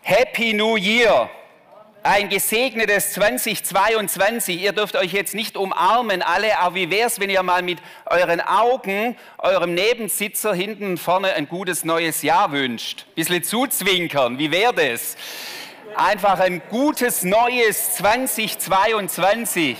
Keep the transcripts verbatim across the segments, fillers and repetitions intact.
Happy New Year! Ein gesegnetes zweitausendzweiundzwanzig. Ihr dürft euch jetzt nicht umarmen alle, aber wie wäre es, wenn ihr mal mit euren Augen eurem Nebensitzer hinten und vorne ein gutes neues Jahr wünscht? Ein bisschen zuzwinkern, wie wäre das? Einfach ein gutes neues zweitausendzweiundzwanzig.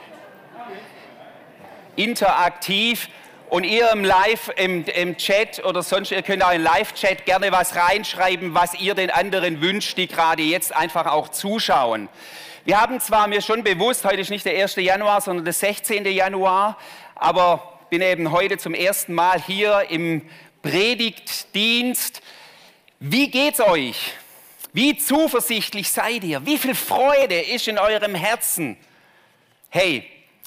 Interaktiv. Und ihr im Live, im, im Chat oder sonst, ihr könnt auch im Live-Chat gerne was reinschreiben, was ihr den anderen wünscht, die gerade jetzt einfach auch zuschauen. Wir haben zwar mir schon bewusst, heute ist nicht der erste Januar, sondern der sechzehnte Januar, aber bin eben heute zum ersten Mal hier im Predigtdienst. Wie geht's euch? Wie zuversichtlich seid ihr? Wie viel Freude ist in eurem Herzen? Hey,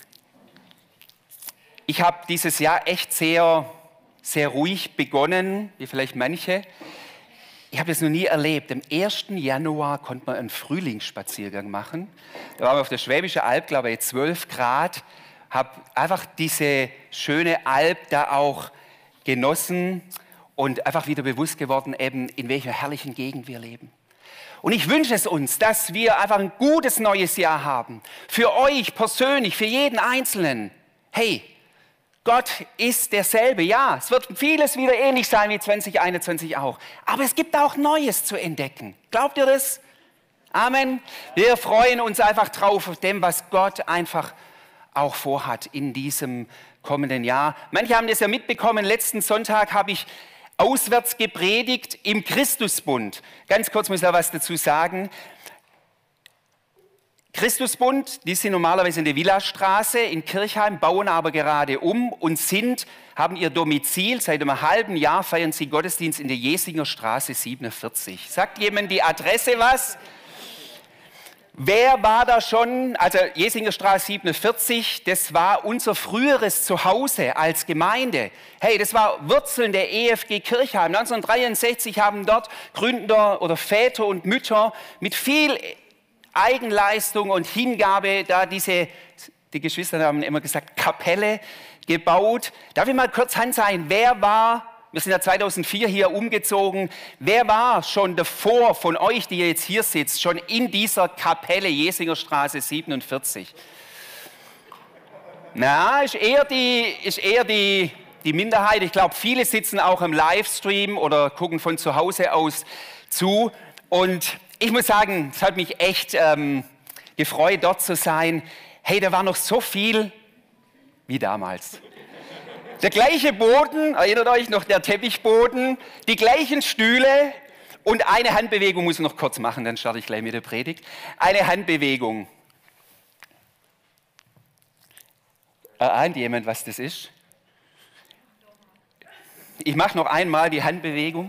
ich habe dieses Jahr echt sehr, sehr ruhig begonnen, wie vielleicht manche. Ich habe das noch nie erlebt. Am ersten Januar konnte man einen Frühlingsspaziergang machen. Da waren wir auf der Schwäbischen Alb, glaube ich, zwölf Grad. Habe einfach diese schöne Alb da auch genossen und einfach wieder bewusst geworden, eben in welcher herrlichen Gegend wir leben. Und ich wünsche es uns, dass wir einfach ein gutes neues Jahr haben. Für euch persönlich, für jeden Einzelnen. Hey, Gott ist derselbe, ja, es wird vieles wieder ähnlich sein wie zwanzig einundzwanzig auch. Aber es gibt auch Neues zu entdecken. Glaubt ihr das? Amen. Wir freuen uns einfach drauf auf dem, was Gott einfach auch vorhat in diesem kommenden Jahr. Manche haben das ja mitbekommen, letzten Sonntag habe ich auswärts gepredigt im Christusbund. Ganz kurz muss ich da was dazu sagen. Christusbund, die sind normalerweise in der Villastraße in Kirchheim, bauen aber gerade um und sind, haben ihr Domizil, seit einem halben Jahr feiern sie Gottesdienst in der Jesinger Straße siebenundvierzig. Sagt jemand die Adresse was? Wer war da schon? Also Jesinger Straße siebenundvierzig, das war unser früheres Zuhause als Gemeinde. Hey, das war Wurzeln der E F G Kirchheim. neunzehnhundertdreiundsechzig haben dort Gründer oder Väter und Mütter mit viel Eigenleistung und Hingabe, da diese, die Geschwister haben immer gesagt, Kapelle gebaut. Darf ich mal kurz Hand sein, wer war, wir sind ja zweitausendvier hier umgezogen, wer war schon davor von euch, die ihr jetzt hier sitzt, schon in dieser Kapelle Jesinger Straße siebenundvierzig? Na, ist eher die, ist eher die, die Minderheit. Ich glaube, viele sitzen auch im Livestream oder gucken von zu Hause aus zu. Und ich muss sagen, es hat mich echt ähm, gefreut, dort zu sein. Hey, da war noch so viel wie damals. Der gleiche Boden, erinnert euch noch, der Teppichboden, die gleichen Stühle und eine Handbewegung muss ich noch kurz machen, dann starte ich gleich mit der Predigt. Eine Handbewegung. Erahnt jemand, was das ist? Ich mache noch einmal die Handbewegung.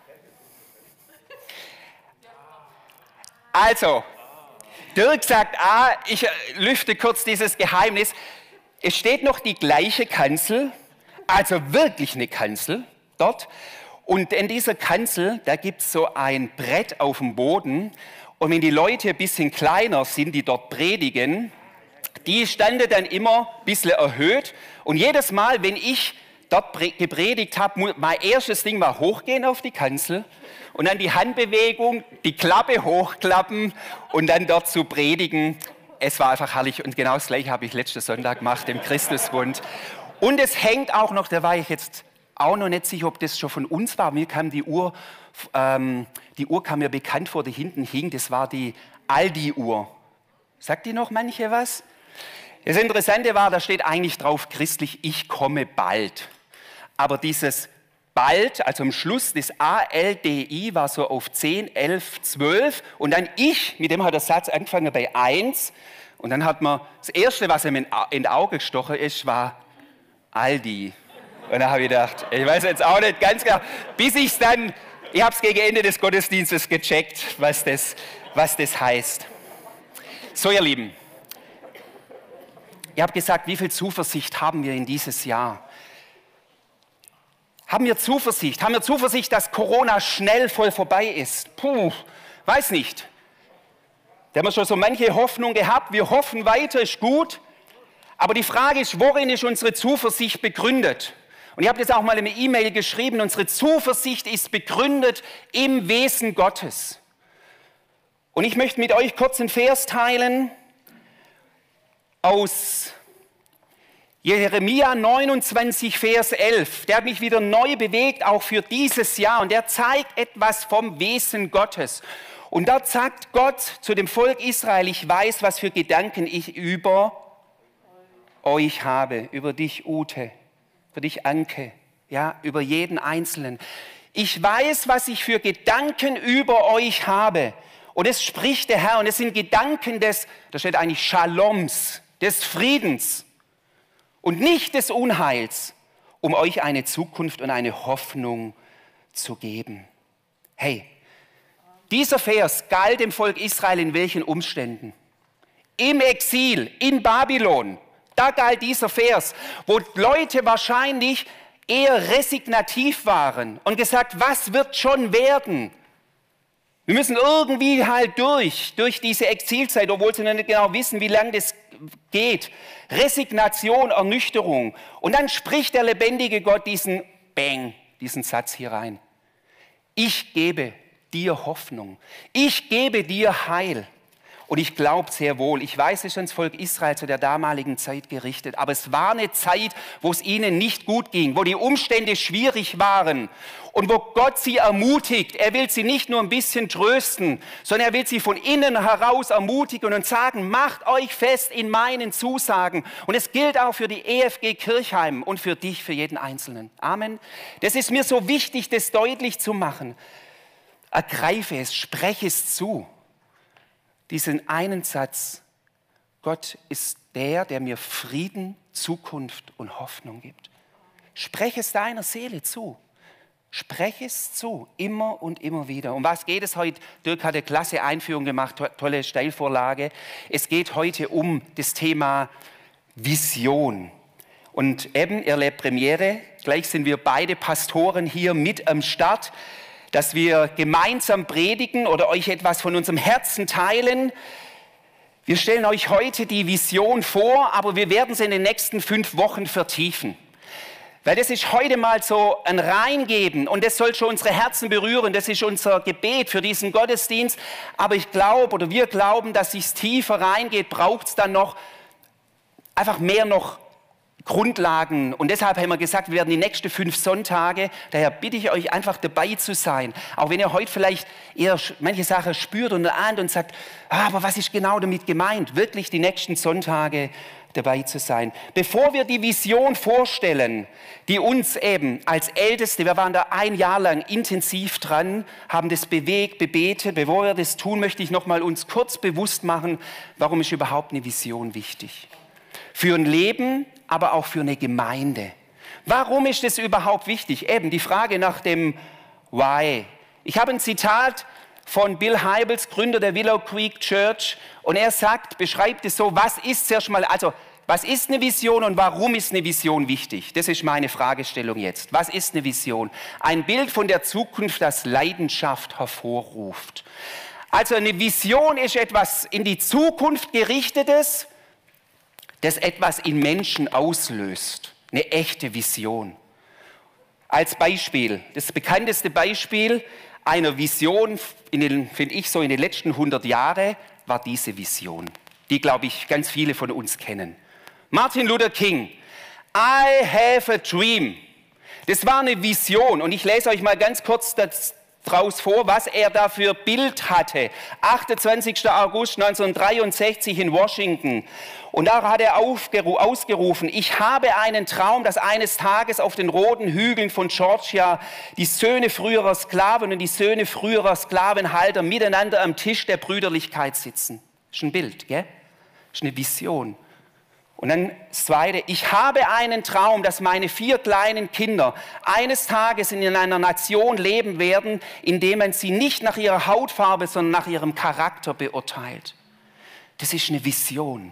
Also, Dirk sagt A, ich lüfte kurz dieses Geheimnis. Es steht noch die gleiche Kanzel, also wirklich eine Kanzel dort. Und in dieser Kanzel, da gibt es so ein Brett auf dem Boden. Und wenn die Leute ein bisschen kleiner sind, die dort predigen, die standen dann immer ein bisschen erhöht. Und jedes Mal, wenn ich dort gepredigt habe, mein erstes Ding war hochgehen auf die Kanzel und dann die Handbewegung, die Klappe hochklappen und dann dort zu predigen. Es war einfach herrlich und genau das Gleiche habe ich letzten Sonntag gemacht im Christusbund. Und es hängt auch noch, da war ich jetzt auch noch nicht sicher, ob das schon von uns war. Mir kam die Uhr, ähm, die Uhr kam mir bekannt vor, die hinten hing, das war die Aldi-Uhr. Sagt die noch manche was? Das Interessante war, da steht eigentlich drauf christlich, ich komme bald. Aber dieses bald, also am Schluss des A L D I war so auf zehn, elf, zwölf und dann ich, mit dem hat der Satz angefangen bei eins und dann hat man, das Erste, was ihm in die Augen gestochen ist, war Aldi. Und da habe ich gedacht, ich weiß jetzt auch nicht ganz genau, bis ich es dann, ich habe es gegen Ende des Gottesdienstes gecheckt, was das, was das heißt. So ihr Lieben, ihr habt gesagt, wie viel Zuversicht haben wir in dieses Jahr? Haben wir Zuversicht? Haben wir Zuversicht, dass Corona schnell voll vorbei ist? Puh, weiß nicht. Da haben wir schon so manche Hoffnung gehabt. Wir hoffen weiter, ist gut. Aber die Frage ist, worin ist unsere Zuversicht begründet? Und ich habe das auch mal in einer E-Mail geschrieben. Unsere Zuversicht ist begründet im Wesen Gottes. Und ich möchte mit euch kurz einen Vers teilen aus Jeremia neunundzwanzig, Vers elf. Der hat mich wieder neu bewegt, auch für dieses Jahr. Und der zeigt etwas vom Wesen Gottes. Und dort sagt Gott zu dem Volk Israel, ich weiß, was für Gedanken ich über euch habe, über dich, Ute, über dich, Anke, ja, über jeden Einzelnen. Ich weiß, was ich für Gedanken über euch habe. Und es spricht der Herr, und es sind Gedanken des, da steht eigentlich Shaloms, des Friedens und nicht des Unheils, um euch eine Zukunft und eine Hoffnung zu geben. Hey, dieser Vers galt dem Volk Israel in welchen Umständen? Im Exil, in Babylon. Da galt dieser Vers, wo Leute wahrscheinlich eher resignativ waren und gesagt, was wird schon werden? Wir müssen irgendwie halt durch, durch diese Exilzeit, obwohl sie noch nicht genau wissen, wie lange das geht. Resignation, Ernüchterung. Und dann spricht der lebendige Gott diesen Bang, diesen Satz hier rein. Ich gebe dir Hoffnung. Ich gebe dir Heil. Und ich glaube sehr wohl, ich weiß, es ist ans Volk Israel zu der damaligen Zeit gerichtet, aber es war eine Zeit, wo es ihnen nicht gut ging, wo die Umstände schwierig waren und wo Gott sie ermutigt. Er will sie nicht nur ein bisschen trösten, sondern er will sie von innen heraus ermutigen und sagen, macht euch fest in meinen Zusagen. Und es gilt auch für die E F G Kirchheim und für dich, für jeden Einzelnen. Amen. Das ist mir so wichtig, das deutlich zu machen. Ergreife es, spreche es zu. Diesen einen Satz, Gott ist der, der mir Frieden, Zukunft und Hoffnung gibt. Spreche es deiner Seele zu. Spreche es zu, immer und immer wieder. Um was geht es heute? Dirk hat eine klasse Einführung gemacht, to- tolle Steilvorlage. Es geht heute um das Thema Vision. Und eben, ihr erlebt Premiere, gleich sind wir beide Pastoren hier mit am Start, dass wir gemeinsam predigen oder euch etwas von unserem Herzen teilen. Wir stellen euch heute die Vision vor, aber wir werden sie in den nächsten fünf Wochen vertiefen. Weil das ist heute mal so ein Reingeben und das soll schon unsere Herzen berühren. Das ist unser Gebet für diesen Gottesdienst. Aber ich glaube oder wir glauben, dass es tiefer reingeht, braucht es dann noch einfach mehr noch Grundlagen. Und deshalb haben wir gesagt, wir werden die nächsten fünf Sonntage, daher bitte ich euch einfach dabei zu sein. Auch wenn ihr heute vielleicht eher manche Sachen spürt und ahnt und sagt, ah, aber was ist genau damit gemeint? Wirklich die nächsten Sonntage dabei zu sein. Bevor wir die Vision vorstellen, die uns eben als Älteste, wir waren da ein Jahr lang intensiv dran, haben das bewegt, bebetet. Bevor wir das tun, möchte ich noch mal uns kurz bewusst machen, warum ist überhaupt eine Vision wichtig? Für ein Leben, aber auch für eine Gemeinde. Warum ist es überhaupt wichtig? Eben die Frage nach dem Why. Ich habe ein Zitat von Bill Hybels, Gründer der Willow Creek Church, und er sagt, beschreibt es so, was ist zuerst mal, also was ist eine Vision und warum ist eine Vision wichtig? Das ist meine Fragestellung jetzt. Was ist eine Vision? Ein Bild von der Zukunft, das Leidenschaft hervorruft. Also eine Vision ist etwas in die Zukunft gerichtetes, das etwas in Menschen auslöst, eine echte Vision. Als Beispiel, das bekannteste Beispiel einer Vision, finde ich so in den letzten hundert Jahren, war diese Vision, die, glaube ich, ganz viele von uns kennen. Martin Luther King, I have a dream. Das war eine Vision und ich lese euch mal ganz kurz das draus vor, was er da für Bild hatte. achtundzwanzigster August neunzehnhundertdreiundsechzig in Washington. Und da hat er ausgerufen, ich habe einen Traum, dass eines Tages auf den roten Hügeln von Georgia die Söhne früherer Sklaven und die Söhne früherer Sklavenhalter miteinander am Tisch der Brüderlichkeit sitzen. Das ist ein Bild, gell? Das ist eine Vision. Und dann das Zweite, ich habe einen Traum, dass meine vier kleinen Kinder eines Tages in einer Nation leben werden, in der man sie nicht nach ihrer Hautfarbe, sondern nach ihrem Charakter beurteilt. Das ist eine Vision.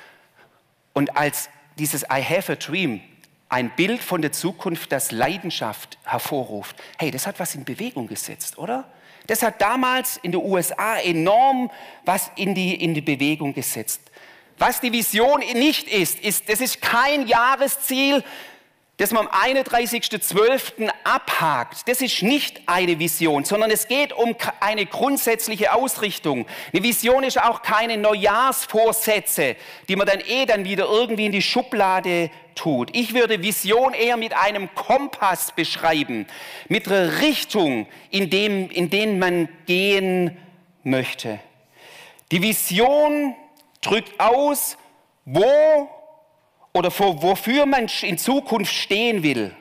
Und als dieses I have a dream, ein Bild von der Zukunft, das Leidenschaft hervorruft, hey, das hat was in Bewegung gesetzt, oder? Das hat damals in den U S A enorm was in die, in die Bewegung gesetzt. Was die Vision nicht ist, ist, das ist kein Jahresziel, das man am einunddreißigsten zwölften abhakt, das ist nicht eine Vision, sondern es geht um eine grundsätzliche Ausrichtung. Eine Vision ist auch keine Neujahrsvorsätze, die man dann eh dann wieder irgendwie in die Schublade tut. Ich würde Vision eher mit einem Kompass beschreiben, mit einer Richtung, in dem, in den man gehen möchte. Die Vision drückt aus, wo oder wofür man in Zukunft stehen will.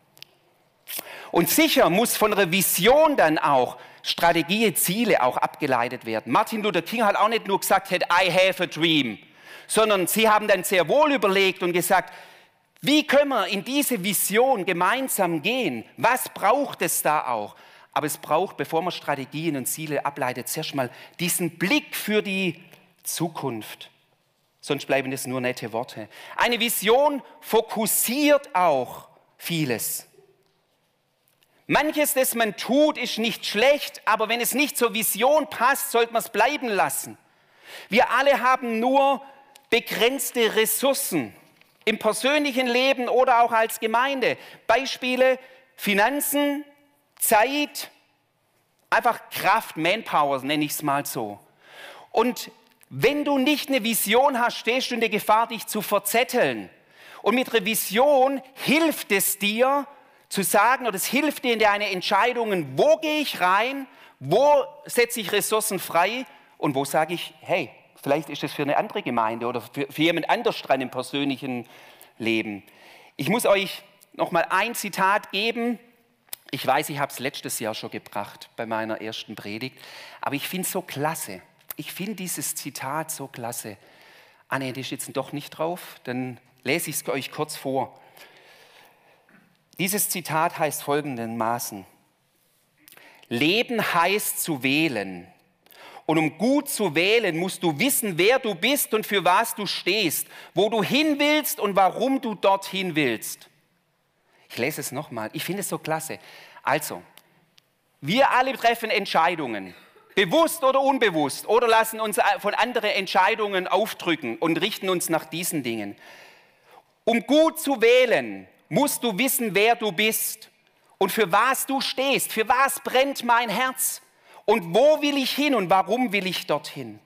Und sicher muss von einer Vision dann auch Strategie, Ziele auch abgeleitet werden. Martin Luther King hat auch nicht nur gesagt, I have a dream, sondern sie haben dann sehr wohl überlegt und gesagt, wie können wir in diese Vision gemeinsam gehen? Was braucht es da auch? Aber es braucht, bevor man Strategien und Ziele ableitet, zuerst mal diesen Blick für die Zukunft. Sonst bleiben es nur nette Worte. Eine Vision fokussiert auch vieles. Manches, das man tut, ist nicht schlecht, aber wenn es nicht zur Vision passt, sollte man es bleiben lassen. Wir alle haben nur begrenzte Ressourcen im persönlichen Leben oder auch als Gemeinde. Beispiele: Finanzen, Zeit, einfach Kraft, Manpower nenne ich es mal so. Und wenn du nicht eine Vision hast, stehst du in der Gefahr, dich zu verzetteln. Und mit einer Vision hilft es dir zu sagen, oder es hilft dir in deine Entscheidungen, wo gehe ich rein, wo setze ich Ressourcen frei und wo sage ich, hey, vielleicht ist das für eine andere Gemeinde oder für, für jemand anders dran im persönlichen Leben. Ich muss euch noch mal ein Zitat geben. Ich weiß, ich habe es letztes Jahr schon gebracht bei meiner ersten Predigt, aber ich finde es so klasse. Ich finde dieses Zitat so klasse. Ah ne, das steht jetzt doch nicht drauf, dann lese ich es euch kurz vor. Dieses Zitat heißt folgendermaßen: Leben heißt zu wählen. Und um gut zu wählen, musst du wissen, wer du bist und für was du stehst, wo du hin willst und warum du dorthin willst. Ich lese es nochmal, ich finde es so klasse. Also, wir alle treffen Entscheidungen. Bewusst oder unbewusst, oder lassen uns von anderen Entscheidungen aufdrücken und richten uns nach diesen Dingen. Um gut zu wählen, musst du wissen, wer du bist und für was du stehst. Für was brennt mein Herz und wo will ich hin und warum will ich dorthin?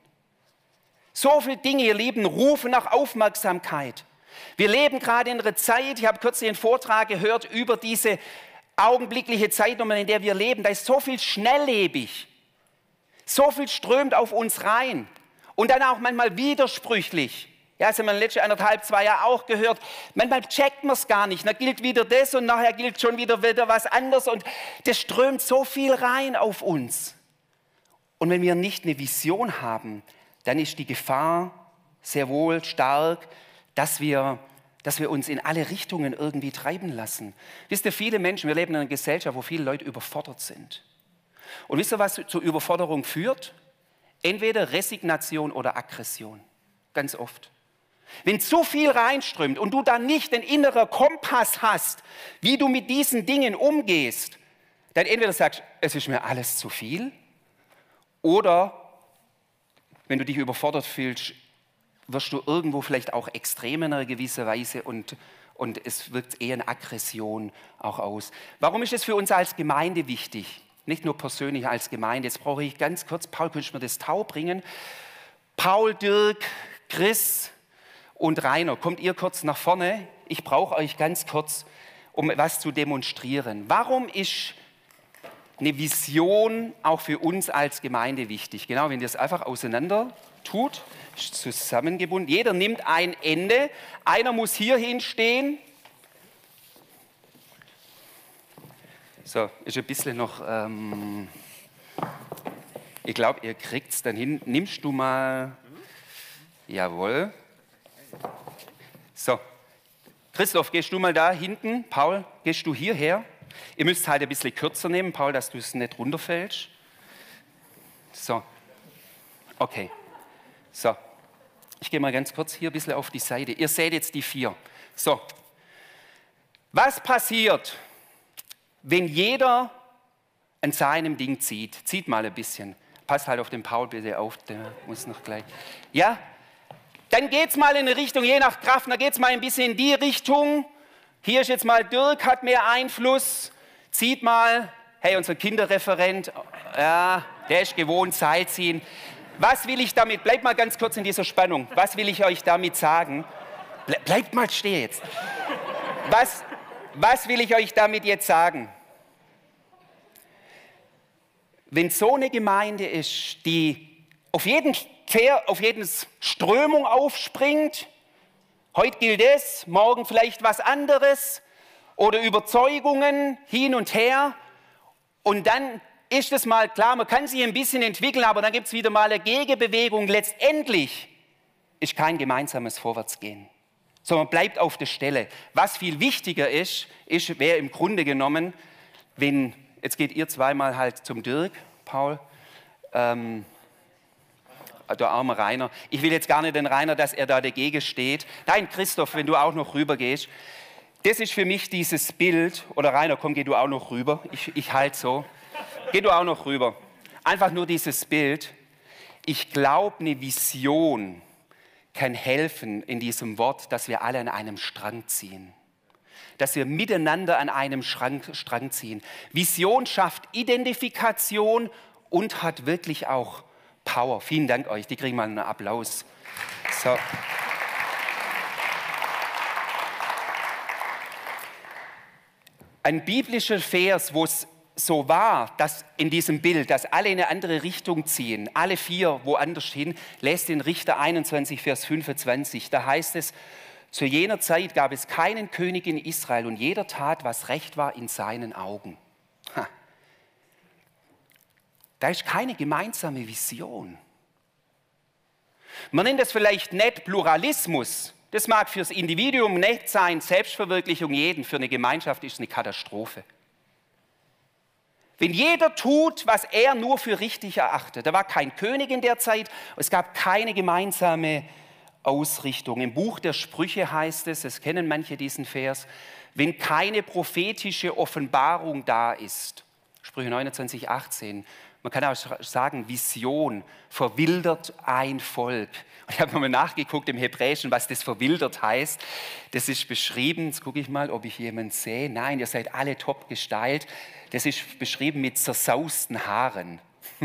So viele Dinge, ihr Lieben, rufen nach Aufmerksamkeit. Wir leben gerade in einer Zeit, ich habe kürzlich einen Vortrag gehört über diese augenblickliche Zeitnummer, in der wir leben. Da ist so viel schnelllebig. So viel strömt auf uns rein und dann auch manchmal widersprüchlich. Ja, das haben wir in den letzten anderthalb, zwei Jahren auch gehört. Manchmal checkt man es gar nicht. Da gilt wieder das und nachher gilt schon wieder, wieder was anderes. Und das strömt so viel rein auf uns. Und wenn wir nicht eine Vision haben, dann ist die Gefahr sehr wohl stark, dass wir, dass wir uns in alle Richtungen irgendwie treiben lassen. Wisst ihr, viele Menschen, wir leben in einer Gesellschaft, wo viele Leute überfordert sind. Und wisst ihr, was zur Überforderung führt? Entweder Resignation oder Aggression. Ganz oft. Wenn zu viel reinströmt und du dann nicht den inneren Kompass hast, wie du mit diesen Dingen umgehst, dann entweder sagst du, es ist mir alles zu viel, oder wenn du dich überfordert fühlst, wirst du irgendwo vielleicht auch extrem in einer gewissen Weise und, und es wirkt eher eine Aggression auch aus. Warum ist es für uns als Gemeinde wichtig? Nicht nur persönlich als Gemeinde. Jetzt brauche ich ganz kurz, Paul, könntest du mir das Tau bringen? Paul, Dirk, Chris und Rainer, kommt ihr kurz nach vorne? Ich brauche euch ganz kurz, um was zu demonstrieren. Warum ist eine Vision auch für uns als Gemeinde wichtig? Genau, wenn ihr es einfach auseinander tut, ist zusammengebunden. Jeder nimmt ein Ende. Einer muss hier hinstehen. So, ist ein bisschen noch, ähm, ich glaube, ihr kriegt es dann hin. Nimmst du mal, jawohl. So, Christoph, gehst du mal da hinten. Paul, gehst du hierher. Ihr müsst halt ein bisschen kürzer nehmen, Paul, dass du es nicht runterfällst. So, okay. So, ich gehe mal ganz kurz hier ein bisschen auf die Seite. Ihr seht jetzt die vier. So, was passiert, wenn jeder an seinem Ding zieht? Zieht mal ein bisschen. Passt halt auf den Paul bitte auf, der muss noch gleich. Ja, dann geht es mal in eine Richtung, je nach Kraft, dann geht es mal ein bisschen in die Richtung. Hier ist jetzt mal Dirk, hat mehr Einfluss, zieht mal, hey, unser Kinderreferent, ja, der ist gewohnt, Seil ziehen. Was will ich damit, bleibt mal ganz kurz in dieser Spannung, was will ich euch damit sagen? Ble bleibt mal stehen jetzt. Was, was will ich euch damit jetzt sagen? Wenn so eine Gemeinde ist, die auf jeden Pferd, auf jeden Strömung aufspringt, heute gilt es, morgen vielleicht was anderes oder Überzeugungen hin und her und dann ist es mal klar, man kann sich ein bisschen entwickeln, aber dann gibt es wieder mal eine Gegenbewegung. Letztendlich ist kein gemeinsames Vorwärtsgehen, sondern bleibt auf der Stelle. Was viel wichtiger ist, ist, wäre im Grunde genommen, wenn, jetzt geht ihr zweimal halt zum Dirk, Paul, ähm, der arme Rainer. Ich will jetzt gar nicht den Rainer, dass er da dagegen steht. Nein, Christoph, wenn du auch noch rüber gehst. Das ist für mich dieses Bild, oder Rainer, komm, geh du auch noch rüber. Ich, ich halte so. Geh du auch noch rüber. Einfach nur dieses Bild. Ich glaube, eine Vision kann helfen in diesem Wort, dass wir alle an einem Strang ziehen. Dass wir miteinander an einem Strang, Strang ziehen. Vision schafft Identifikation und hat wirklich auch Power. Vielen Dank euch. Die kriegen mal einen Applaus. So. Ein biblischer Vers, wo es so war, dass in diesem Bild, dass alle in eine andere Richtung ziehen, alle vier woanders hin, lässt den Richter einundzwanzig, Vers fünfundzwanzig. Da heißt es, zu jener Zeit gab es keinen König in Israel und jeder tat, was recht war in seinen Augen. Ha. Da ist keine gemeinsame Vision. Man nennt das vielleicht nett Pluralismus. Das mag fürs Individuum nett sein, Selbstverwirklichung jeden. Für eine Gemeinschaft ist es eine Katastrophe. Wenn jeder tut, was er nur für richtig erachtet. Da war kein König in der Zeit, es gab keine gemeinsame Ausrichtung. Im Buch der Sprüche heißt es, das kennen manche diesen Vers, wenn keine prophetische Offenbarung da ist. Sprüche neunundzwanzig, achtzehn. Man kann auch sagen, Vision verwildert ein Volk. Und ich habe nochmal nachgeguckt im Hebräischen, was das verwildert heißt. Das ist beschrieben, jetzt gucke ich mal, ob ich jemanden sehe. Nein, ihr seid alle top gestylt. Das ist beschrieben mit zersausten Haaren.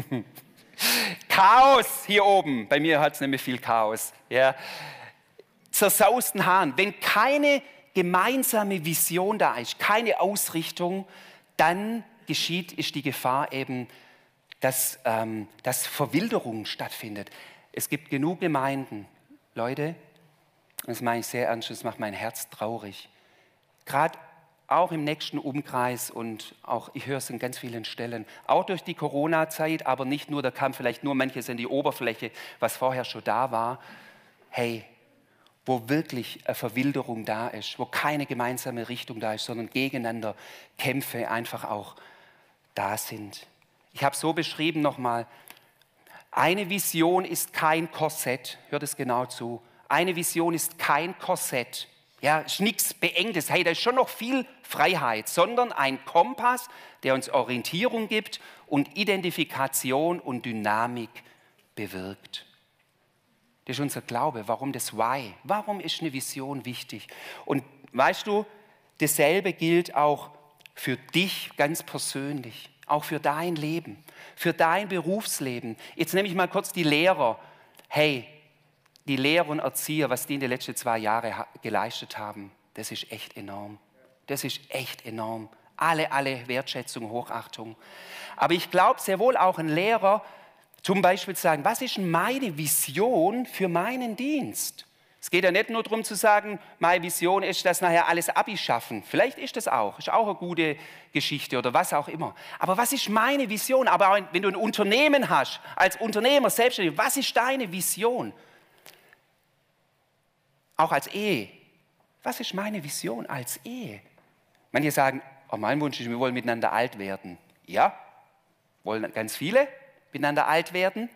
Chaos hier oben. Bei mir hat es nämlich viel Chaos. Ja. Zersausten Haaren. Wenn keine gemeinsame Vision da ist, keine Ausrichtung, dann geschieht, ist die Gefahr eben, dass, ähm, dass Verwilderung stattfindet. Es gibt genug Gemeinden, Leute, das meine ich sehr ernst, das macht mein Herz traurig. Gerade auch im nächsten Umkreis und auch, ich höre es an ganz vielen Stellen, auch durch die Corona-Zeit, aber nicht nur, da kam vielleicht nur manches in die Oberfläche, was vorher schon da war. Hey, wo wirklich eine Verwilderung da ist, wo keine gemeinsame Richtung da ist, sondern gegeneinander Kämpfe einfach auch da sind. Ich habe es so beschrieben nochmal, eine Vision ist kein Korsett, hört es genau zu, eine Vision ist kein Korsett, ja, ist nichts Beengtes, hey, da ist schon noch viel Freiheit, sondern ein Kompass, der uns Orientierung gibt und Identifikation und Dynamik bewirkt. Das ist unser Glaube, warum das Why, warum ist eine Vision wichtig? Und weißt du, dasselbe gilt auch für dich ganz persönlich. Auch für dein Leben, für dein Berufsleben. Jetzt nehme ich mal kurz die Lehrer. Hey, die Lehrer und Erzieher, was die in den letzten zwei Jahren geleistet haben, das ist echt enorm. Das ist echt enorm. Alle, alle Wertschätzung, Hochachtung. Aber ich glaube sehr wohl auch ein Lehrer, zum Beispiel zu sagen, was ist meine Vision für meinen Dienst? Es geht ja nicht nur darum zu sagen, meine Vision ist, dass nachher alles Abi schaffen. Vielleicht ist das auch, ist auch eine gute Geschichte oder was auch immer. Aber was ist meine Vision? Aber auch wenn du ein Unternehmen hast, als Unternehmer, selbstständig, was ist deine Vision? Auch als Ehe. Was ist meine Vision als Ehe? Manche sagen, oh, mein Wunsch ist, wir wollen miteinander alt werden. Ja, wollen ganz viele miteinander alt werden.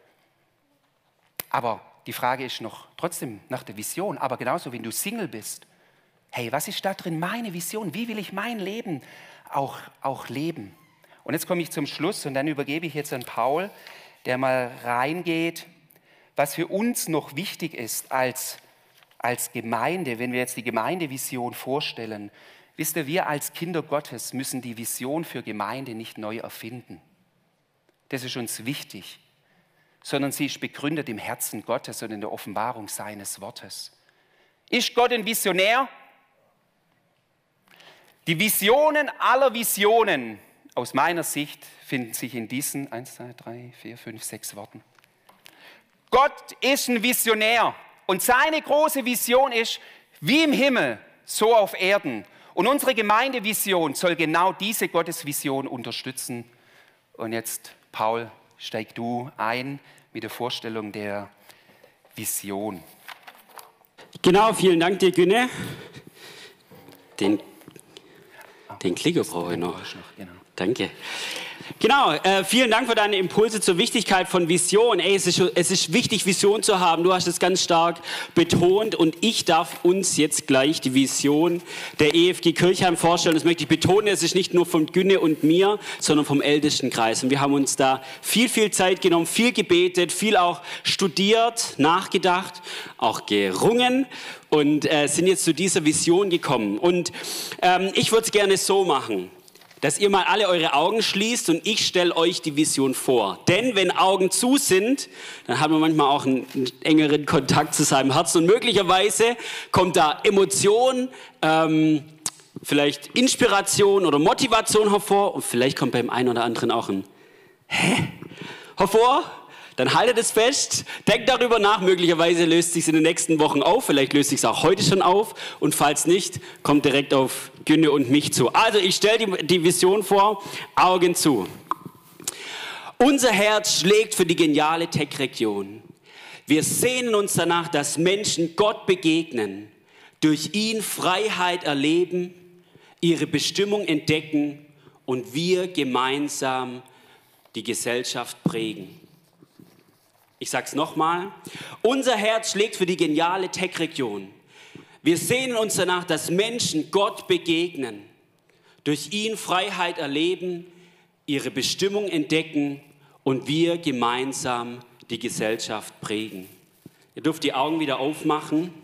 Aber die Frage ist noch trotzdem nach der Vision, aber genauso, wenn du Single bist. Hey, was ist da drin meine Vision? Wie will ich mein Leben auch, auch leben? Und jetzt komme ich zum Schluss und dann übergebe ich jetzt an Paul, der mal reingeht, was für uns noch wichtig ist als, als Gemeinde, wenn wir jetzt die Gemeindevision vorstellen, wisst ihr, wir als Kinder Gottes müssen die Vision für Gemeinde nicht neu erfinden. Das ist uns wichtig, sondern sie ist begründet im Herzen Gottes und in der Offenbarung seines Wortes. Ist Gott ein Visionär? Die Visionen aller Visionen aus meiner Sicht finden sich in diesen eins, zwei, drei, vier, fünf, sechs Worten. Gott ist ein Visionär und seine große Vision ist, wie im Himmel, so auf Erden. Und unsere Gemeindevision soll genau diese Gottesvision unterstützen. Und jetzt, Paul, steig du ein mit der Vorstellung der Vision. Genau, vielen Dank dir, Günne. Den, den Klicker brauche ich noch. Danke. Genau, äh, vielen Dank für deine Impulse zur Wichtigkeit von Vision. Ey, es ist, es ist wichtig, Vision zu haben. Du hast es ganz stark betont und ich darf uns jetzt gleich die Vision der E F G Kirchheim vorstellen. Das möchte ich betonen, es ist nicht nur von Günne und mir, sondern vom Ältestenkreis. Und wir haben uns da viel, viel Zeit genommen, viel gebetet, viel auch studiert, nachgedacht, auch gerungen und äh, sind jetzt zu dieser Vision gekommen. Und ähm, ich würde es gerne so machen, dass ihr mal alle eure Augen schließt und ich stelle euch die Vision vor. Denn wenn Augen zu sind, dann hat man manchmal auch einen, einen engeren Kontakt zu seinem Herzen und möglicherweise kommt da Emotion, ähm, vielleicht Inspiration oder Motivation hervor und vielleicht kommt beim einen oder anderen auch ein Hä? hervor. Dann haltet es fest, denkt darüber nach, möglicherweise löst es sich in den nächsten Wochen auf, vielleicht löst es sich auch heute schon auf und falls nicht, kommt direkt auf Günne und mich zu. Also ich stelle die, die Vision vor, Augen zu. Unser Herz schlägt für die geniale Tech-Region. Wir sehnen uns danach, dass Menschen Gott begegnen, durch ihn Freiheit erleben, ihre Bestimmung entdecken und wir gemeinsam die Gesellschaft prägen. Ich sage es nochmal, unser Herz schlägt für die geniale Tech-Region. Wir sehnen uns danach, dass Menschen Gott begegnen, durch ihn Freiheit erleben, ihre Bestimmung entdecken und wir gemeinsam die Gesellschaft prägen. Ihr dürft die Augen wieder aufmachen.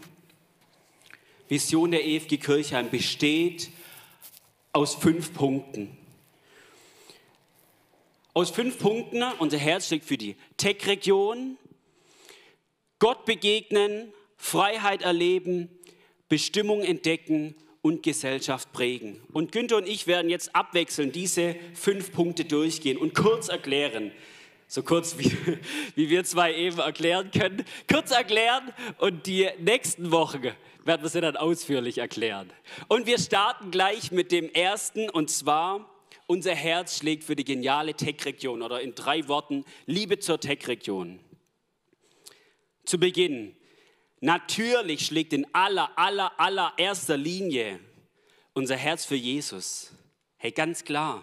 Vision der E F G Kirchheim besteht aus fünf Punkten. Aus fünf Punkten, unser Herz schlägt für die Tech-Region, Gott begegnen, Freiheit erleben, Bestimmung entdecken und Gesellschaft prägen. Und Günther und ich werden jetzt abwechselnd diese fünf Punkte durchgehen und kurz erklären, so kurz wie, wie wir zwei eben erklären können, kurz erklären und die nächsten Wochen werden wir sie dann ausführlich erklären. Und wir starten gleich mit dem ersten und zwar: Unser Herz schlägt für die geniale Tech-Region oder in drei Worten Liebe zur Tech-Region. Zu Beginn, natürlich schlägt in aller, aller, allererster Linie unser Herz für Jesus. Hey, ganz klar.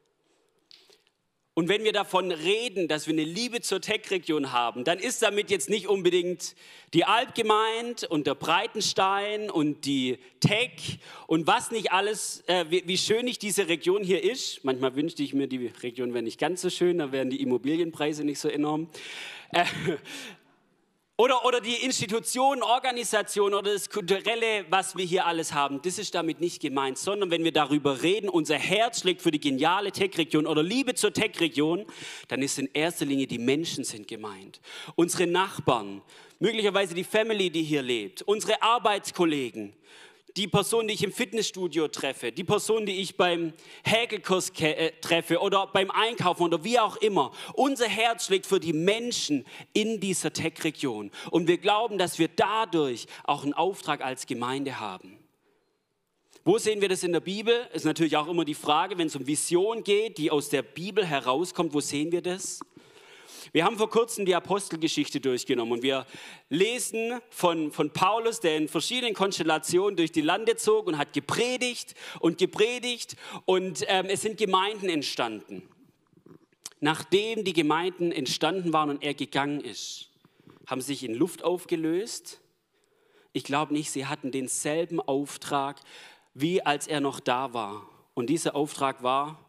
Und wenn wir davon reden, dass wir eine Liebe zur Tech-Region haben, dann ist damit jetzt nicht unbedingt die Alp gemeint und der Breitenstein und die Tech und was nicht alles, äh, wie, wie schön nicht diese Region hier ist. Manchmal wünschte ich mir, die Region wäre nicht ganz so schön, da wären die Immobilienpreise nicht so enorm. Äh, Oder, oder die Institutionen, Organisationen oder das Kulturelle, was wir hier alles haben, das ist damit nicht gemeint, sondern wenn wir darüber reden, unser Herz schlägt für die geniale Tech-Region oder Liebe zur Tech-Region, dann ist in erster Linie die Menschen sind gemeint. Unsere Nachbarn, möglicherweise die Family, die hier lebt, unsere Arbeitskollegen, die Person, die ich im Fitnessstudio treffe, die Person, die ich beim Häkelkurs äh, treffe oder beim Einkaufen oder wie auch immer. Unser Herz schlägt für die Menschen in dieser Tech-Region. Und wir glauben, dass wir dadurch auch einen Auftrag als Gemeinde haben. Wo sehen wir das in der Bibel? Ist natürlich auch immer die Frage, wenn es um Vision geht, die aus der Bibel herauskommt, wo sehen wir das? Wir haben vor kurzem die Apostelgeschichte durchgenommen und wir lesen von, von Paulus, der in verschiedenen Konstellationen durch die Lande zog und hat gepredigt und gepredigt und ähm, es sind Gemeinden entstanden. Nachdem die Gemeinden entstanden waren und er gegangen ist, haben sich in Luft aufgelöst. Ich glaube nicht, sie hatten denselben Auftrag, wie als er noch da war. Und dieser Auftrag war,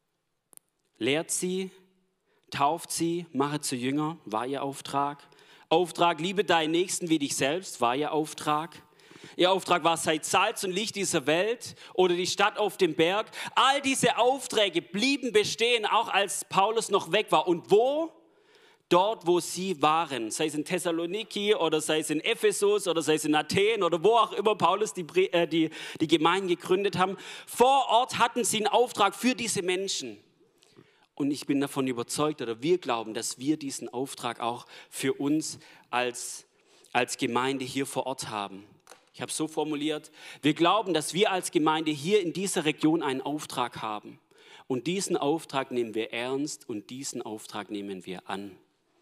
lehrt sie, tauft sie, mache zu Jünger, war ihr Auftrag. Auftrag, liebe deinen Nächsten wie dich selbst, war ihr Auftrag. Ihr Auftrag war, seid Salz und Licht dieser Welt oder die Stadt auf dem Berg. All diese Aufträge blieben bestehen, auch als Paulus noch weg war. Und wo? Dort, wo sie waren, sei es in Thessaloniki oder sei es in Ephesus oder sei es in Athen oder wo auch immer Paulus die, äh, die, die Gemeinden gegründet haben. Vor Ort hatten sie einen Auftrag für diese Menschen. Und ich bin davon überzeugt, oder wir glauben, dass wir diesen Auftrag auch für uns als, als Gemeinde hier vor Ort haben. Ich habe es so formuliert, wir glauben, dass wir als Gemeinde hier in dieser Region einen Auftrag haben. Und diesen Auftrag nehmen wir ernst und diesen Auftrag nehmen wir an.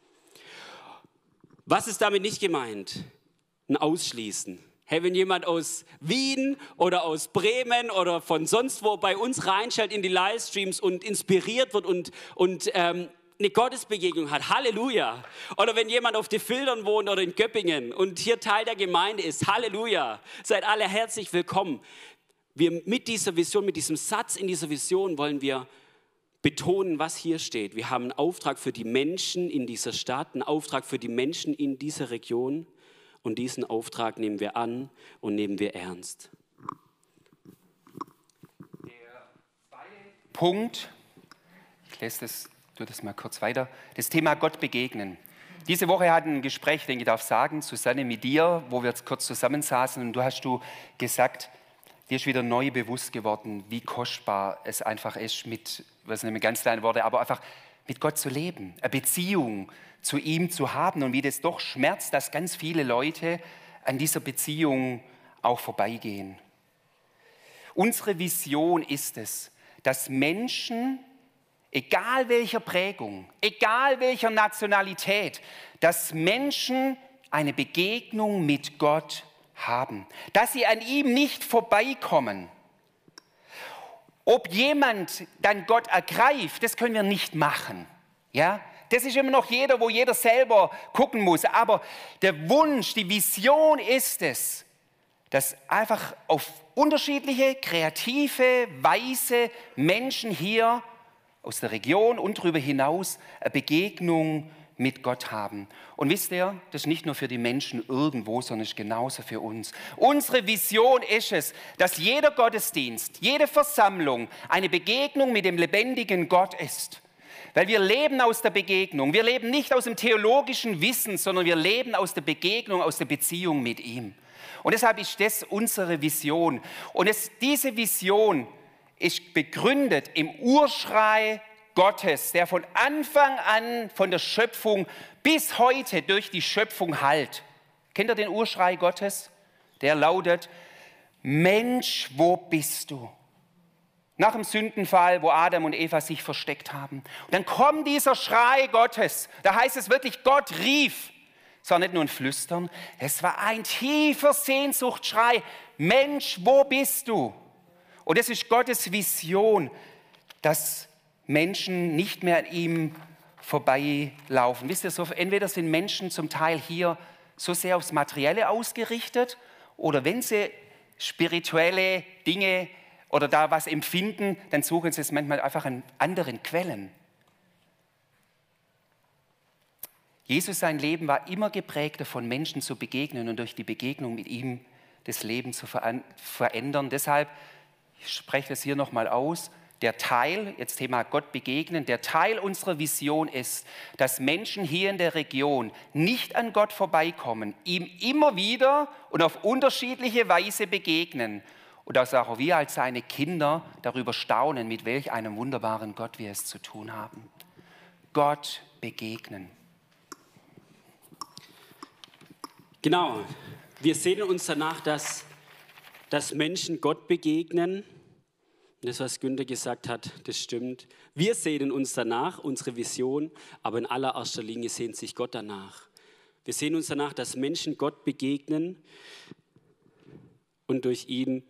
Was ist damit nicht gemeint? Ein Ausschließen. Hey, wenn jemand aus Wien oder aus Bremen oder von sonst wo bei uns reinschaltet in die Livestreams und inspiriert wird und, und ähm, eine Gottesbegegnung hat, Halleluja. Oder wenn jemand auf die Filtern wohnt oder in Göppingen und hier Teil der Gemeinde ist, Halleluja. Seid alle herzlich willkommen. Wir mit dieser Vision, mit diesem Satz in dieser Vision wollen wir betonen, was hier steht. Wir haben einen Auftrag für die Menschen in dieser Stadt, einen Auftrag für die Menschen in dieser Region und diesen Auftrag nehmen wir an und nehmen wir ernst. Der zweite Punkt, ich lese das, tue das mal kurz weiter, das Thema Gott begegnen. Diese Woche hatten ein Gespräch, denke ich, darf sagen, Susanne mit dir, wo wir jetzt kurz zusammensaßen und du hast du gesagt, dir ist wieder neu bewusst geworden, wie kostbar es einfach ist, mit, was nicht mehr ganz kleine Worte, aber einfach mit Gott zu leben, eine Beziehung zu ihm zu haben und wie das doch schmerzt, dass ganz viele Leute an dieser Beziehung auch vorbeigehen. Unsere Vision ist es, dass Menschen, egal welcher Prägung, egal welcher Nationalität, dass Menschen eine Begegnung mit Gott haben, dass sie an ihm nicht vorbeikommen. Ob jemand dann Gott ergreift, das können wir nicht machen. Ja? Das ist immer noch jeder, wo jeder selber gucken muss. Aber der Wunsch, die Vision ist es, dass einfach auf unterschiedliche, kreative Weise Menschen hier aus der Region und darüber hinaus eine Begegnung mit Gott haben. Und wisst ihr, das ist nicht nur für die Menschen irgendwo, sondern ist genauso für uns. Unsere Vision ist es, dass jeder Gottesdienst, jede Versammlung eine Begegnung mit dem lebendigen Gott ist. Weil wir leben aus der Begegnung. Wir leben nicht aus dem theologischen Wissen, sondern wir leben aus der Begegnung, aus der Beziehung mit ihm. Und deshalb ist das unsere Vision. Und es, diese Vision ist begründet im Urschrei Gottes, der von Anfang an, von der Schöpfung bis heute durch die Schöpfung hallt. Kennt ihr den Urschrei Gottes? Der lautet, Mensch, wo bist du? Nach dem Sündenfall, wo Adam und Eva sich versteckt haben. Und dann kommt dieser Schrei Gottes. Da heißt es wirklich, Gott rief. Es war nicht nur ein Flüstern, es war ein tiefer Sehnsuchtsschrei. Mensch, wo bist du? Und das ist Gottes Vision, dass Menschen nicht mehr an ihm vorbeilaufen. Wisst ihr, so, entweder sind Menschen zum Teil hier so sehr aufs Materielle ausgerichtet oder wenn sie spirituelle Dinge oder da was empfinden, dann suchen sie es manchmal einfach an anderen Quellen. Jesus, sein Leben war immer geprägt davon, Menschen zu begegnen und durch die Begegnung mit ihm das Leben zu verändern. Deshalb, ich spreche das hier nochmal aus, der Teil, jetzt Thema Gott begegnen, der Teil unserer Vision ist, dass Menschen hier in der Region nicht an Gott vorbeikommen, ihm immer wieder und auf unterschiedliche Weise begegnen und dass auch wir als seine Kinder darüber staunen, mit welch einem wunderbaren Gott wir es zu tun haben. Gott begegnen. Genau, wir sehnen uns danach, dass, dass Menschen Gott begegnen. Das, was Günther gesagt hat, das stimmt. Wir sehnen uns danach, unsere Vision, aber in allererster Linie sehnt sich Gott danach. Wir sehnen uns danach, dass Menschen Gott begegnen und durch ihn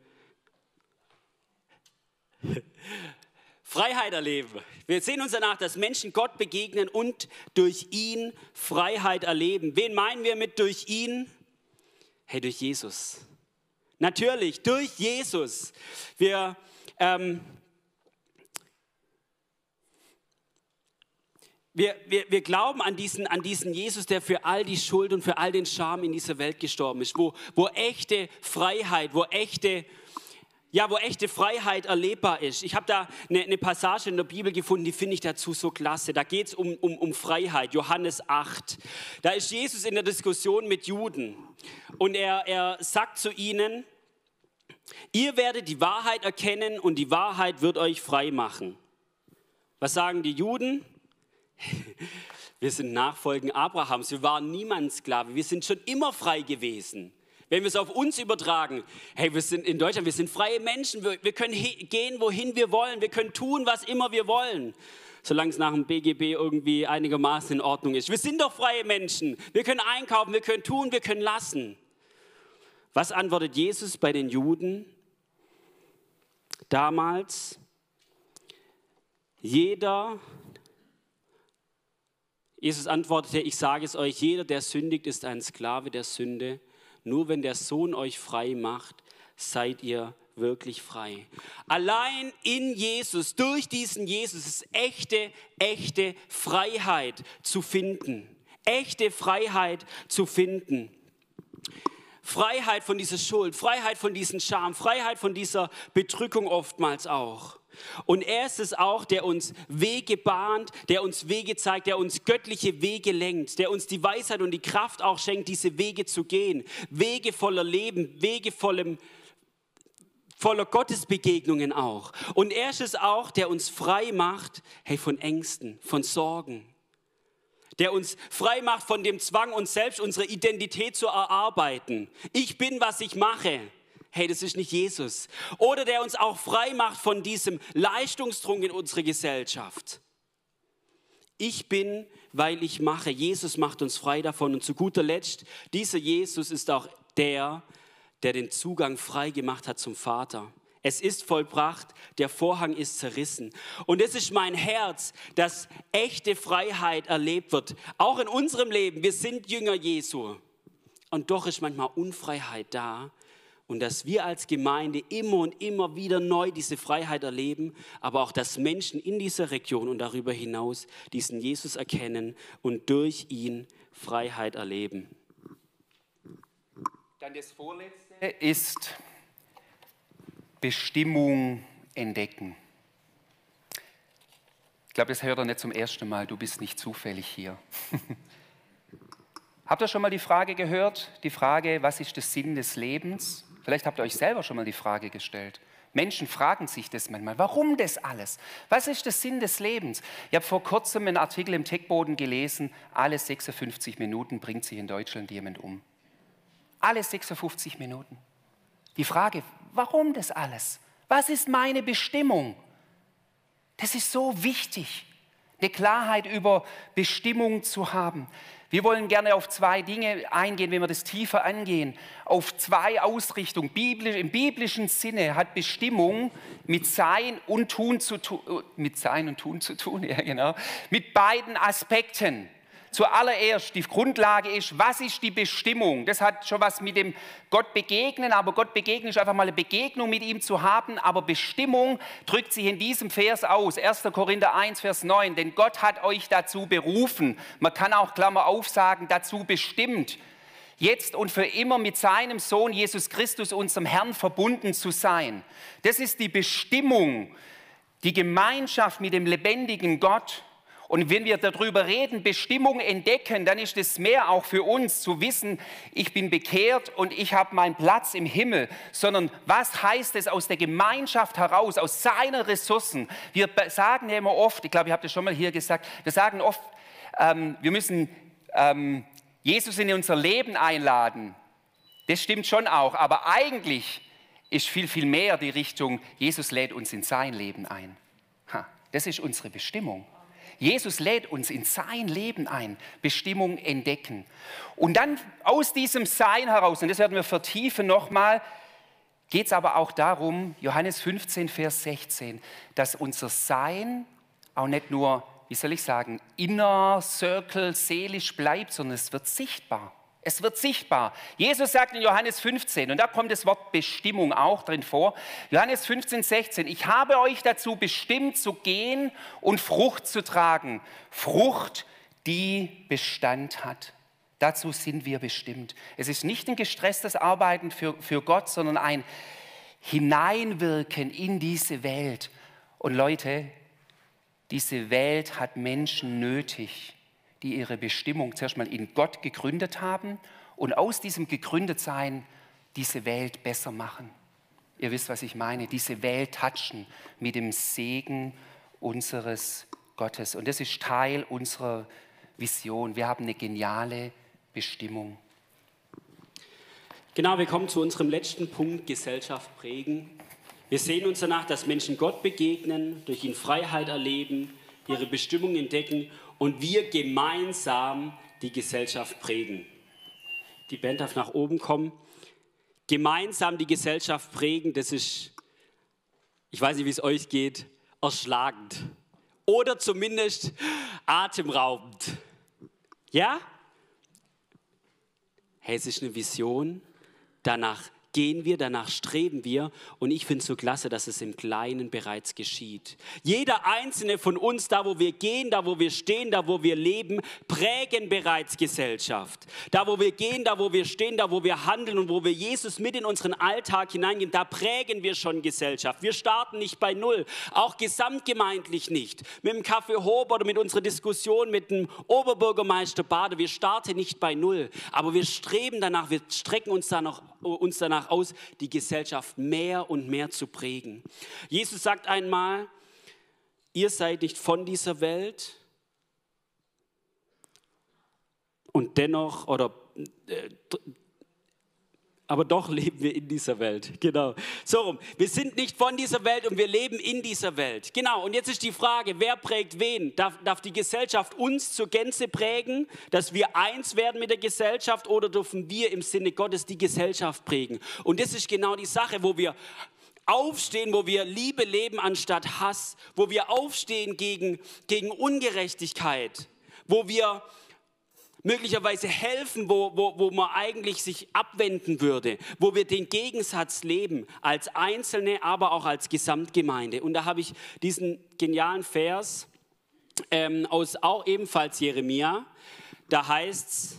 Freiheit erleben. Wir sehen uns danach, dass Menschen Gott begegnen und durch ihn Freiheit erleben. Wen meinen wir mit durch ihn? Hey, durch Jesus. Natürlich, durch Jesus. Wir, ähm, wir, wir, wir glauben an diesen, an diesen Jesus, der für all die Schuld und für all den Scham in dieser Welt gestorben ist, wo, wo echte Freiheit, wo echte, ja, wo echte Freiheit erlebbar ist. Ich habe da eine, eine Passage in der Bibel gefunden, die finde ich dazu so klasse. Da geht es um, um, um Freiheit, Johannes acht. Da ist Jesus in der Diskussion mit Juden und er, er sagt zu ihnen, ihr werdet die Wahrheit erkennen und die Wahrheit wird euch frei machen. Was sagen die Juden? Wir sind Nachfolgen Abrahams, wir waren niemand Sklave, wir sind schon immer frei gewesen. Wenn wir es auf uns übertragen, hey, wir sind in Deutschland, wir sind freie Menschen, wir, wir können gehen, wohin wir wollen, wir können tun, was immer wir wollen, solange es nach dem B G B irgendwie einigermaßen in Ordnung ist. Wir sind doch freie Menschen, wir können einkaufen, wir können tun, wir können lassen. Was antwortet Jesus bei den Juden damals? Jeder, Jesus antwortete, ich sage es euch, jeder, der sündigt, ist ein Sklave der Sünde. Nur wenn der Sohn euch frei macht, seid ihr wirklich frei. Allein in Jesus, durch diesen Jesus ist echte, echte Freiheit zu finden. Echte Freiheit zu finden. Freiheit von dieser Schuld, Freiheit von diesem Scham, Freiheit von dieser Bedrückung oftmals auch. Und er ist es auch, der uns Wege bahnt, der uns Wege zeigt, der uns göttliche Wege lenkt, der uns die Weisheit und die Kraft auch schenkt, diese Wege zu gehen. Wege voller Leben, Wege vollem, voller Gottesbegegnungen auch. Und er ist es auch, der uns frei macht, hey, von Ängsten, von Sorgen. Der uns frei macht von dem Zwang, uns selbst unsere Identität zu erarbeiten. Ich bin, was ich mache. Hey, das ist nicht Jesus. Oder der uns auch frei macht von diesem Leistungsdruck in unserer Gesellschaft. Ich bin, weil ich mache. Jesus macht uns frei davon. Und zu guter Letzt, dieser Jesus ist auch der, der den Zugang frei gemacht hat zum Vater. Es ist vollbracht, der Vorhang ist zerrissen. Und es ist mein Herz, dass echte Freiheit erlebt wird. Auch in unserem Leben, wir sind Jünger Jesu. Und doch ist manchmal Unfreiheit da. Und dass wir als Gemeinde immer und immer wieder neu diese Freiheit erleben, aber auch, dass Menschen in dieser Region und darüber hinaus diesen Jesus erkennen und durch ihn Freiheit erleben. Dann das Vorletzte ist Bestimmung entdecken. Ich glaube, das hört er nicht zum ersten Mal, du bist nicht zufällig hier. Habt ihr schon mal die Frage gehört, die Frage, was ist der Sinn des Lebens? Vielleicht habt ihr euch selber schon mal die Frage gestellt. Menschen fragen sich das manchmal, warum das alles? Was ist der Sinn des Lebens? Ich habe vor kurzem einen Artikel im Techboden gelesen, alle sechsundfünfzig Minuten bringt sich in Deutschland jemand um. Alle sechsundfünfzig Minuten. Die Frage, warum das alles? Was ist meine Bestimmung? Das ist so wichtig, eine Klarheit über Bestimmung zu haben. Wir wollen gerne auf zwei Dinge eingehen, wenn wir das tiefer angehen. Auf zwei Ausrichtungen. Biblisch, im biblischen Sinne hat Bestimmung mit Sein und Tun zu tun, mit Sein und Tun zu tun, ja genau, mit beiden Aspekten. Zuallererst, die Grundlage ist, was ist die Bestimmung? Das hat schon was mit dem Gott begegnen, aber Gott begegnen ist einfach mal eine Begegnung mit ihm zu haben, aber Bestimmung drückt sich in diesem Vers aus, erster Korinther eins, Vers neun, denn Gott hat euch dazu berufen, man kann auch Klammer auf sagen, dazu bestimmt, jetzt und für immer mit seinem Sohn Jesus Christus, unserem Herrn, verbunden zu sein. Das ist die Bestimmung, die Gemeinschaft mit dem lebendigen Gott. Und wenn wir darüber reden, Bestimmung entdecken, dann ist es mehr auch für uns zu wissen, ich bin bekehrt und ich habe meinen Platz im Himmel, sondern was heißt es aus der Gemeinschaft heraus, aus seinen Ressourcen? Wir sagen ja immer oft, ich glaube, ich habe das schon mal hier gesagt, wir sagen oft, ähm, wir müssen ähm, Jesus in unser Leben einladen. Das stimmt schon auch, aber eigentlich ist viel, viel mehr die Richtung, Jesus lädt uns in sein Leben ein. Ha, das ist unsere Bestimmung. Jesus lädt uns in sein Leben ein, Bestimmung entdecken. Und dann aus diesem Sein heraus, und das werden wir vertiefen nochmal, geht es aber auch darum, Johannes fünfzehn, Vers sechzehn, dass unser Sein auch nicht nur, wie soll ich sagen, inner Circle, seelisch bleibt, sondern es wird sichtbar. Es wird sichtbar. Jesus sagt in Johannes fünfzehn, und da kommt das Wort Bestimmung auch drin vor, Johannes fünfzehn, sechzehn, ich habe euch dazu bestimmt zu gehen und Frucht zu tragen. Frucht, die Bestand hat. Dazu sind wir bestimmt. Es ist nicht ein gestresstes Arbeiten für, für Gott, sondern ein Hineinwirken in diese Welt. Und Leute, diese Welt hat Menschen nötig, die ihre Bestimmung zuerst mal in Gott gegründet haben und aus diesem Gegründetsein diese Welt besser machen. Ihr wisst, was ich meine, diese Welt touchen mit dem Segen unseres Gottes. Und das ist Teil unserer Vision. Wir haben eine geniale Bestimmung. Genau, wir kommen zu unserem letzten Punkt, Gesellschaft prägen. Wir sehen uns danach, dass Menschen Gott begegnen, durch ihn Freiheit erleben, ihre Bestimmung entdecken und wir gemeinsam die Gesellschaft prägen. Die Band darf nach oben kommen. Gemeinsam die Gesellschaft prägen, das ist, ich weiß nicht, wie es euch geht, erschlagend. Oder zumindest atemraubend. Ja? Hey, es ist eine Vision, danach gehen wir, danach streben wir und ich finde es so klasse, dass es im Kleinen bereits geschieht. Jeder einzelne von uns, da wo wir gehen, da wo wir stehen, da wo wir leben, prägen bereits Gesellschaft. Da wo wir gehen, da wo wir stehen, da wo wir handeln und wo wir Jesus mit in unseren Alltag hineingeben, da prägen wir schon Gesellschaft. Wir starten nicht bei Null, auch gesamtgemeindlich nicht. Mit dem Café Hob oder mit unserer Diskussion mit dem Oberbürgermeister Bade, wir starten nicht bei Null, aber wir streben danach, wir strecken uns danach, uns danach aus, die Gesellschaft mehr und mehr zu prägen. Jesus sagt einmal, ihr seid nicht von dieser Welt und dennoch, oder äh, aber doch leben wir in dieser Welt. Genau. So rum. Wir sind nicht von dieser Welt und wir leben in dieser Welt. Genau. Und jetzt ist die Frage, wer prägt wen? Darf, darf die Gesellschaft uns zur Gänze prägen, dass wir eins werden mit der Gesellschaft, oder dürfen wir im Sinne Gottes die Gesellschaft prägen? Und das ist genau die Sache, wo wir aufstehen, wo wir Liebe leben anstatt Hass, wo wir aufstehen gegen, gegen Ungerechtigkeit, wo wir möglicherweise helfen, wo, wo, wo man eigentlich sich abwenden würde, wo wir den Gegensatz leben, als Einzelne, aber auch als Gesamtgemeinde. Und da habe ich diesen genialen Vers ähm, aus auch ebenfalls Jeremia, da heißt es,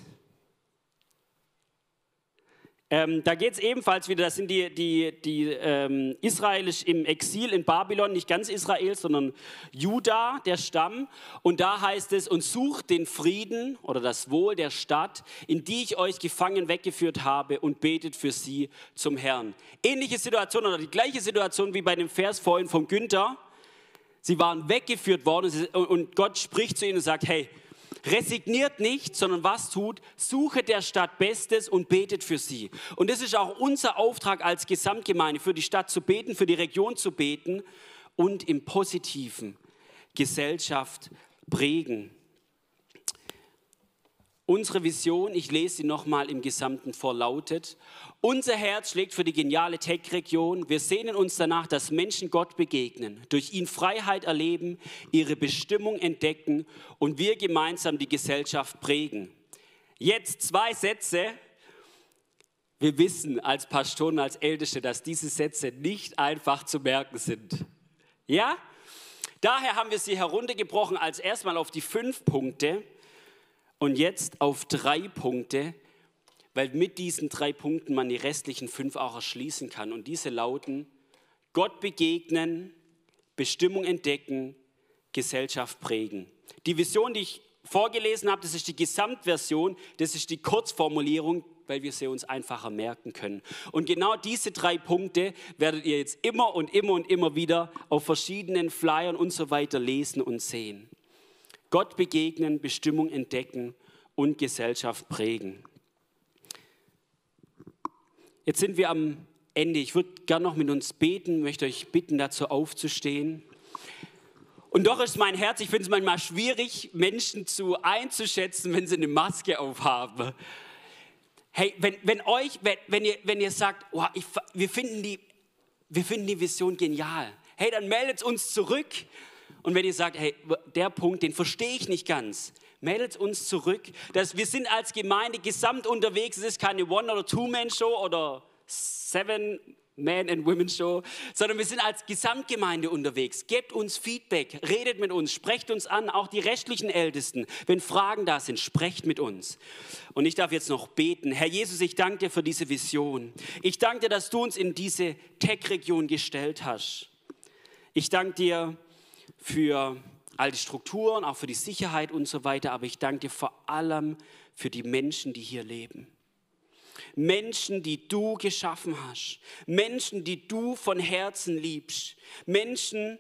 Ähm, da geht es ebenfalls wieder, das sind die, die, die ähm, Israelisch im Exil in Babylon, nicht ganz Israel, sondern Juda, der Stamm. Und da heißt es, und sucht den Frieden oder das Wohl der Stadt, in die ich euch gefangen weggeführt habe, und betet für sie zum Herrn. Ähnliche Situation oder die gleiche Situation wie bei dem Vers vorhin von Günther. Sie waren weggeführt worden und Gott spricht zu ihnen und sagt, hey, resigniert nicht, sondern was tut? Suche der Stadt Bestes und betet für sie. Und das ist auch unser Auftrag als Gesamtgemeinde, für die Stadt zu beten, für die Region zu beten und im Positiven Gesellschaft prägen. Unsere Vision, ich lese sie nochmal im Gesamten vor, lautet: Unser Herz schlägt für die geniale Tech-Region. Wir sehnen uns danach, dass Menschen Gott begegnen, durch ihn Freiheit erleben, ihre Bestimmung entdecken und wir gemeinsam die Gesellschaft prägen. Jetzt zwei Sätze. Wir wissen als Pastoren, als Älteste, dass diese Sätze nicht einfach zu merken sind. Ja? Daher haben wir sie heruntergebrochen als erstmal auf die fünf Punkte. Und jetzt auf drei Punkte, weil mit diesen drei Punkten man die restlichen fünf auch erschließen kann. Und diese lauten: Gott begegnen, Bestimmung entdecken, Gesellschaft prägen. Die Vision, die ich vorgelesen habe, das ist die Gesamtversion, das ist die Kurzformulierung, weil wir sie uns einfacher merken können. Und genau diese drei Punkte werdet ihr jetzt immer und immer und immer wieder auf verschiedenen Flyern und so weiter lesen und sehen. Gott begegnen, Bestimmung entdecken und Gesellschaft prägen. Jetzt sind wir am Ende. Ich würde gerne noch mit uns beten, möchte euch bitten, dazu aufzustehen. Und doch ist mein Herz, ich finde es manchmal schwierig, Menschen zu einzuschätzen, wenn sie eine Maske aufhaben. Hey, wenn, wenn euch, wenn, wenn, ihr, wenn ihr sagt, oh, ich, wir, finden die, wir finden die Vision genial, hey, dann meldet uns zurück. Und wenn ihr sagt, hey, der Punkt, den verstehe ich nicht ganz, Meldet uns zurück, dass wir sind als Gemeinde gesamt unterwegs. Es ist keine One- oder Two-Man-Show oder Seven-Man- and Women-Show, sondern wir sind als Gesamtgemeinde unterwegs. Gebt uns Feedback, redet mit uns, sprecht uns an, auch die restlichen Ältesten. Wenn Fragen da sind, sprecht mit uns. Und ich darf jetzt noch beten. Herr Jesus, ich danke dir für diese Vision. Ich danke dir, dass du uns in diese Tech-Region gestellt hast. Ich danke dir für all die Strukturen, auch für die Sicherheit und so weiter, aber ich danke dir vor allem für die Menschen, die hier leben. Menschen, die du geschaffen hast. Menschen, die du von Herzen liebst. Menschen,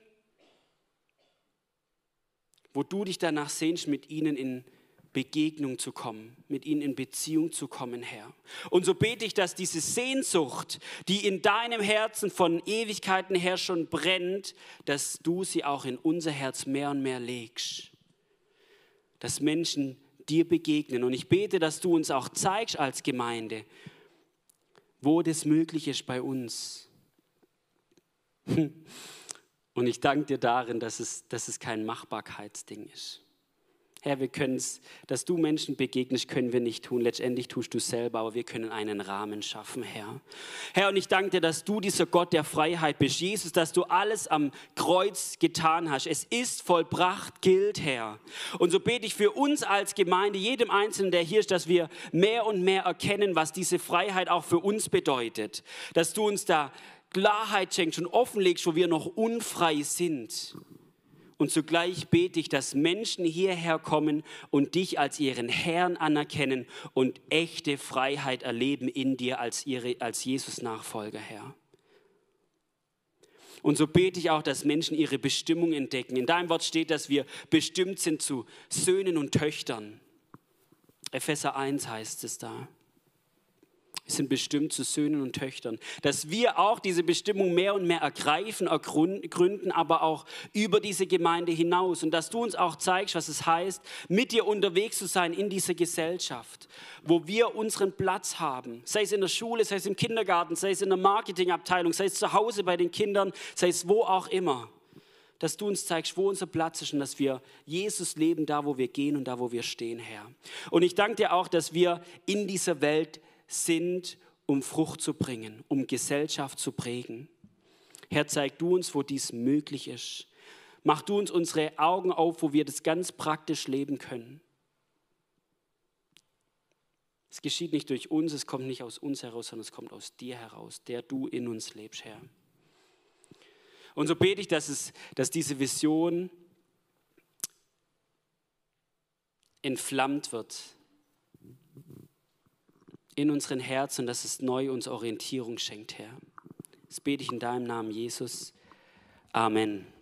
wo du dich danach sehnst, mit ihnen in Begegnung zu kommen, mit ihnen in Beziehung zu kommen, Herr. Und so bete ich, dass diese Sehnsucht, die in deinem Herzen von Ewigkeiten her schon brennt, dass du sie auch in unser Herz mehr und mehr legst. Dass Menschen dir begegnen. Und ich bete, dass du uns auch zeigst als Gemeinde, wo das möglich ist bei uns. Und ich danke dir darin, dass es, dass es kein Machbarkeitsding ist. Herr, wir können es, dass du Menschen begegnest, können wir nicht tun. Letztendlich tust du es selber, aber wir können einen Rahmen schaffen, Herr. Herr, und ich danke dir, dass du dieser Gott der Freiheit bist. Jesus, dass du alles am Kreuz getan hast. Es ist vollbracht, gilt, Herr. Und so bete ich für uns als Gemeinde, jedem Einzelnen, der hier ist, dass wir mehr und mehr erkennen, was diese Freiheit auch für uns bedeutet. Dass du uns da Klarheit schenkst und offenlegst, wo wir noch unfrei sind. Und zugleich bete ich, dass Menschen hierher kommen und dich als ihren Herrn anerkennen und echte Freiheit erleben in dir als, ihre, als Jesus-Nachfolger, Herr. Und so bete ich auch, dass Menschen ihre Bestimmung entdecken. In deinem Wort steht, dass wir bestimmt sind zu Söhnen und Töchtern. Epheser eins heißt es da. Wir sind bestimmt zu Söhnen und Töchtern. Dass wir auch diese Bestimmung mehr und mehr ergreifen, ergründen, aber auch über diese Gemeinde hinaus. Und dass du uns auch zeigst, was es heißt, mit dir unterwegs zu sein in dieser Gesellschaft, wo wir unseren Platz haben. Sei es in der Schule, sei es im Kindergarten, sei es in der Marketingabteilung, sei es zu Hause bei den Kindern, sei es wo auch immer. Dass du uns zeigst, wo unser Platz ist und dass wir Jesus leben, da wo wir gehen und da wo wir stehen, Herr. Und ich danke dir auch, dass wir in dieser Welt sind, um Frucht zu bringen, um Gesellschaft zu prägen. Herr, zeig du uns, wo dies möglich ist. Mach du uns unsere Augen auf, wo wir das ganz praktisch leben können. Es geschieht nicht durch uns, es kommt nicht aus uns heraus, sondern es kommt aus dir heraus, der du in uns lebst, Herr. Und so bete ich, dass, es, dass diese Vision entflammt wird in unseren Herzen, dass es neu uns Orientierung schenkt, Herr. Das bete ich in deinem Namen, Jesus. Amen.